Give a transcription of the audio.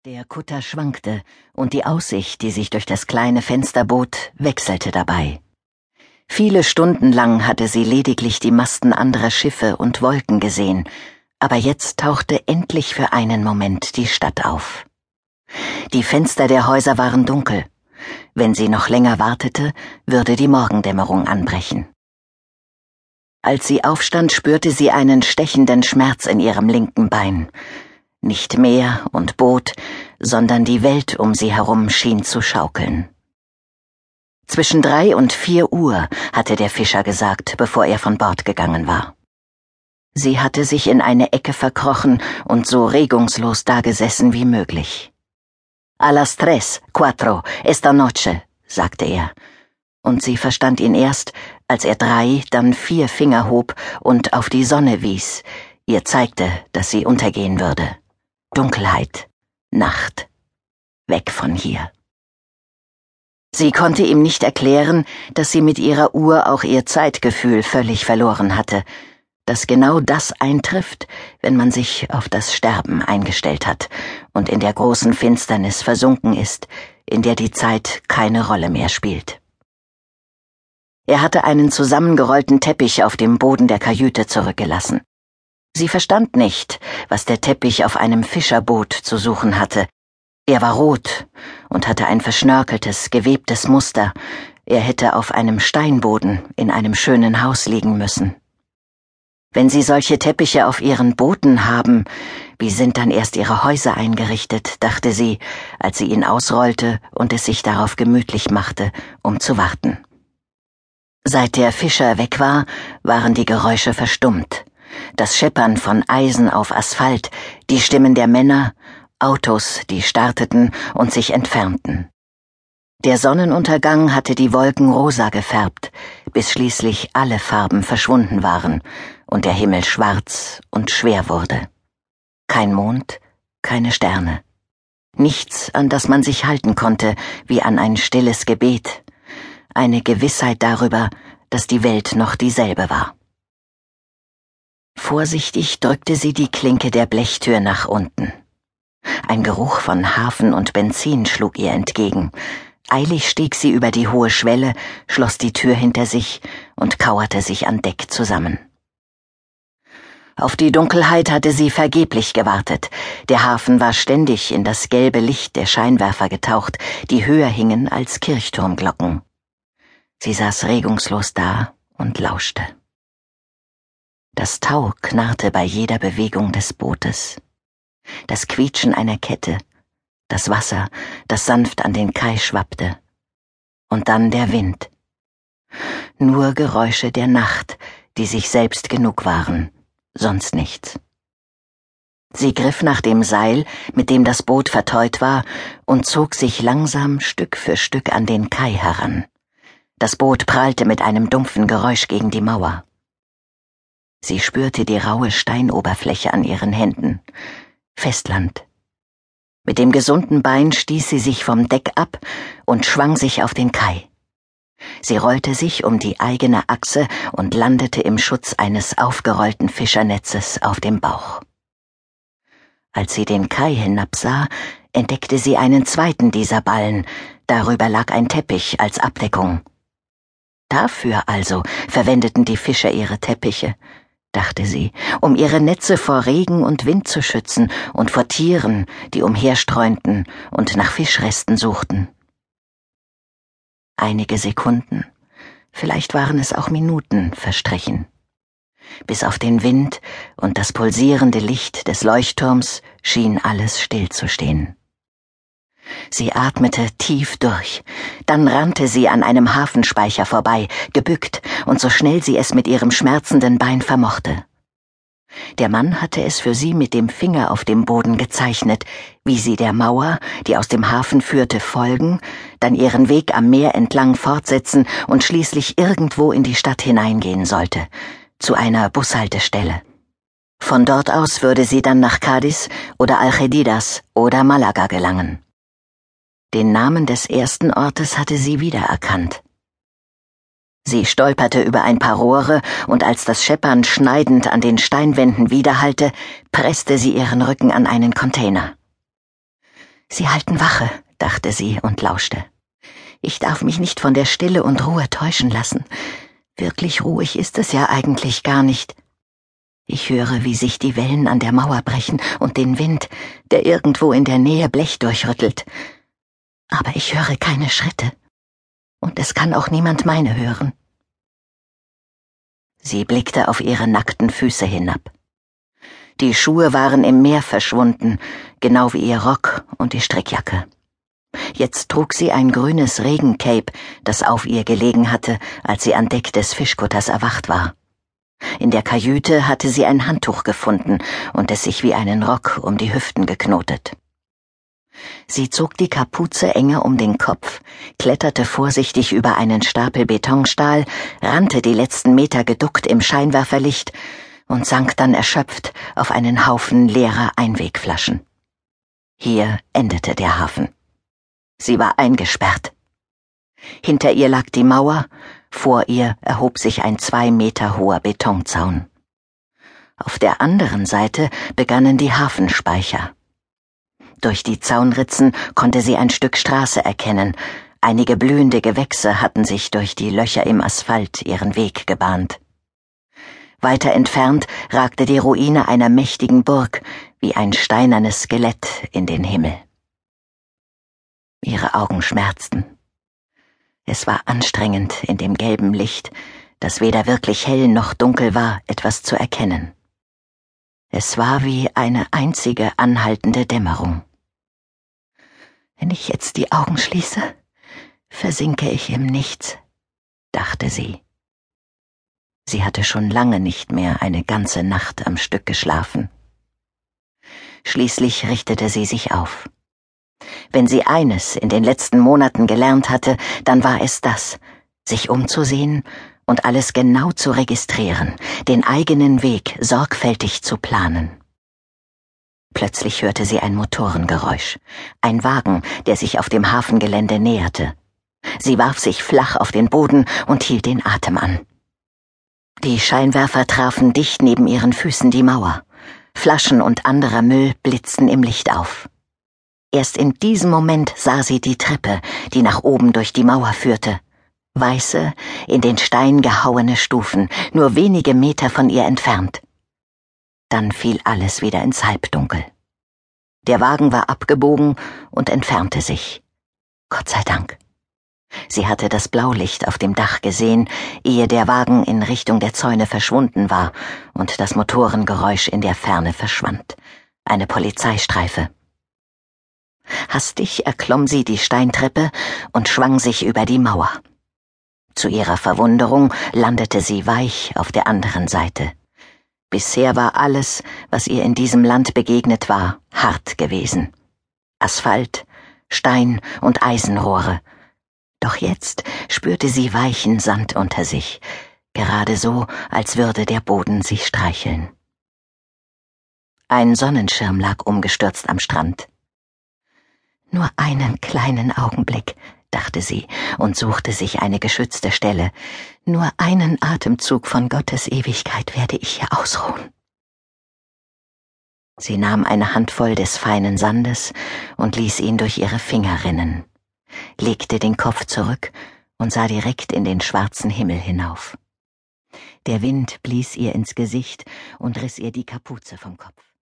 Der Kutter schwankte, und die Aussicht, die sich durch das kleine Fenster bot, wechselte dabei. Viele Stunden lang hatte sie lediglich die Masten anderer Schiffe und Wolken gesehen, aber jetzt tauchte endlich für einen Moment die Stadt auf. Die Fenster der Häuser waren dunkel. Wenn sie noch länger wartete, würde die Morgendämmerung anbrechen. Als sie aufstand, spürte sie einen stechenden Schmerz in ihrem linken Bein. Nicht Meer und Boot, sondern die Welt um sie herum schien zu schaukeln. Zwischen 3 und 4 Uhr, hatte der Fischer gesagt, bevor er von Bord gegangen war. Sie hatte sich in eine Ecke verkrochen und so regungslos dagesessen wie möglich. A las 3:4 esta noche, sagte er, und sie verstand ihn erst, als er 3, dann 4 Finger hob und auf die Sonne wies, ihr zeigte, dass sie untergehen würde. Dunkelheit, Nacht, weg von hier. Sie konnte ihm nicht erklären, dass sie mit ihrer Uhr auch ihr Zeitgefühl völlig verloren hatte, dass genau das eintrifft, wenn man sich auf das Sterben eingestellt hat und in der großen Finsternis versunken ist, in der die Zeit keine Rolle mehr spielt. Er hatte einen zusammengerollten Teppich auf dem Boden der Kajüte zurückgelassen. Sie verstand nicht, was der Teppich auf einem Fischerboot zu suchen hatte. Er war rot und hatte ein verschnörkeltes, gewebtes Muster. Er hätte auf einem Steinboden in einem schönen Haus liegen müssen. Wenn Sie solche Teppiche auf Ihren Booten haben, wie sind dann erst Ihre Häuser eingerichtet, dachte sie, als sie ihn ausrollte und es sich darauf gemütlich machte, um zu warten. Seit der Fischer weg war, waren die Geräusche verstummt. Das Scheppern von Eisen auf Asphalt, die Stimmen der Männer, Autos, die starteten und sich entfernten. Der Sonnenuntergang hatte die Wolken rosa gefärbt, bis schließlich alle Farben verschwunden waren und der Himmel schwarz und schwer wurde. Kein Mond, keine Sterne. Nichts, an das man sich halten konnte, wie an ein stilles Gebet. Eine Gewissheit darüber, dass die Welt noch dieselbe war. Vorsichtig drückte sie die Klinke der Blechtür nach unten. Ein Geruch von Hafen und Benzin schlug ihr entgegen. Eilig stieg sie über die hohe Schwelle, schloss die Tür hinter sich und kauerte sich an Deck zusammen. Auf die Dunkelheit hatte sie vergeblich gewartet. Der Hafen war ständig in das gelbe Licht der Scheinwerfer getaucht, die höher hingen als Kirchturmglocken. Sie saß regungslos da und lauschte. Das Tau knarrte bei jeder Bewegung des Bootes. Das Quietschen einer Kette, das Wasser, das sanft an den Kai schwappte. Und dann der Wind. Nur Geräusche der Nacht, die sich selbst genug waren, sonst nichts. Sie griff nach dem Seil, mit dem das Boot verteut war, und zog sich langsam Stück für Stück an den Kai heran. Das Boot prallte mit einem dumpfen Geräusch gegen die Mauer. Sie spürte die raue Steinoberfläche an ihren Händen. Festland. Mit dem gesunden Bein stieß sie sich vom Deck ab und schwang sich auf den Kai. Sie rollte sich um die eigene Achse und landete im Schutz eines aufgerollten Fischernetzes auf dem Bauch. Als sie den Kai hinabsah, entdeckte sie einen zweiten dieser Ballen, darüber lag ein Teppich als Abdeckung. Dafür also verwendeten die Fischer ihre Teppiche, dachte sie, um ihre Netze vor Regen und Wind zu schützen und vor Tieren, die umherstreunten und nach Fischresten suchten. Einige Sekunden, vielleicht waren es auch Minuten, verstrichen. Bis auf den Wind und das pulsierende Licht des Leuchtturms schien alles stillzustehen. Sie atmete tief durch, dann rannte sie an einem Hafenspeicher vorbei, gebückt und so schnell sie es mit ihrem schmerzenden Bein vermochte. Der Mann hatte es für sie mit dem Finger auf dem Boden gezeichnet, wie sie der Mauer, die aus dem Hafen führte, folgen, dann ihren Weg am Meer entlang fortsetzen und schließlich irgendwo in die Stadt hineingehen sollte, zu einer Bushaltestelle. Von dort aus würde sie dann nach Cádiz oder Algeciras oder Malaga gelangen. Den Namen des ersten Ortes hatte sie wiedererkannt. Sie stolperte über ein paar Rohre, und als das Scheppern schneidend an den Steinwänden widerhallte, presste sie ihren Rücken an einen Container. Sie halten Wache, dachte sie und lauschte. Ich darf mich nicht von der Stille und Ruhe täuschen lassen. Wirklich ruhig ist es ja eigentlich gar nicht. Ich höre, wie sich die Wellen an der Mauer brechen und den Wind, der irgendwo in der Nähe Blech durchrüttelt. Aber ich höre keine Schritte. Und es kann auch niemand meine hören. Sie blickte auf ihre nackten Füße hinab. Die Schuhe waren im Meer verschwunden, genau wie ihr Rock und die Strickjacke. Jetzt trug sie ein grünes Regencape, das auf ihr gelegen hatte, als sie an Deck des Fischkutters erwacht war. In der Kajüte hatte sie ein Handtuch gefunden und es sich wie einen Rock um die Hüften geknotet. Sie zog die Kapuze enger um den Kopf, kletterte vorsichtig über einen Stapel Betonstahl, rannte die letzten Meter geduckt im Scheinwerferlicht und sank dann erschöpft auf einen Haufen leerer Einwegflaschen. Hier endete der Hafen. Sie war eingesperrt. Hinter ihr lag die Mauer, vor ihr erhob sich ein 2 Meter hoher Betonzaun. Auf der anderen Seite begannen die Hafenspeicher. Durch die Zaunritzen konnte sie ein Stück Straße erkennen. Einige blühende Gewächse hatten sich durch die Löcher im Asphalt ihren Weg gebahnt. Weiter entfernt ragte die Ruine einer mächtigen Burg wie ein steinernes Skelett in den Himmel. Ihre Augen schmerzten. Es war anstrengend, in dem gelben Licht, das weder wirklich hell noch dunkel war, etwas zu erkennen. Es war wie eine einzige anhaltende Dämmerung. Wenn ich jetzt die Augen schließe, versinke ich im Nichts, dachte sie. Sie hatte schon lange nicht mehr eine ganze Nacht am Stück geschlafen. Schließlich richtete sie sich auf. Wenn sie eines in den letzten Monaten gelernt hatte, dann war es das, sich umzusehen und alles genau zu registrieren, den eigenen Weg sorgfältig zu planen. Plötzlich hörte sie ein Motorengeräusch, ein Wagen, der sich auf dem Hafengelände näherte. Sie warf sich flach auf den Boden und hielt den Atem an. Die Scheinwerfer trafen dicht neben ihren Füßen die Mauer. Flaschen und anderer Müll blitzten im Licht auf. Erst in diesem Moment sah sie die Treppe, die nach oben durch die Mauer führte. Weiße, in den Stein gehauene Stufen, nur wenige Meter von ihr entfernt. Dann fiel alles wieder ins Halbdunkel. Der Wagen war abgebogen und entfernte sich. Gott sei Dank. Sie hatte das Blaulicht auf dem Dach gesehen, ehe der Wagen in Richtung der Zäune verschwunden war und das Motorengeräusch in der Ferne verschwand. Eine Polizeistreife. Hastig erklomm sie die Steintreppe und schwang sich über die Mauer. Zu ihrer Verwunderung landete sie weich auf der anderen Seite. Bisher war alles, was ihr in diesem Land begegnet war, hart gewesen. Asphalt, Stein und Eisenrohre. Doch jetzt spürte sie weichen Sand unter sich, gerade so, als würde der Boden sie streicheln. Ein Sonnenschirm lag umgestürzt am Strand. Nur einen kleinen Augenblick, dachte sie und suchte sich eine geschützte Stelle. Nur einen Atemzug von Gottes Ewigkeit werde ich hier ausruhen. Sie nahm eine Handvoll des feinen Sandes und ließ ihn durch ihre Finger rinnen, legte den Kopf zurück und sah direkt in den schwarzen Himmel hinauf. Der Wind blies ihr ins Gesicht und riss ihr die Kapuze vom Kopf.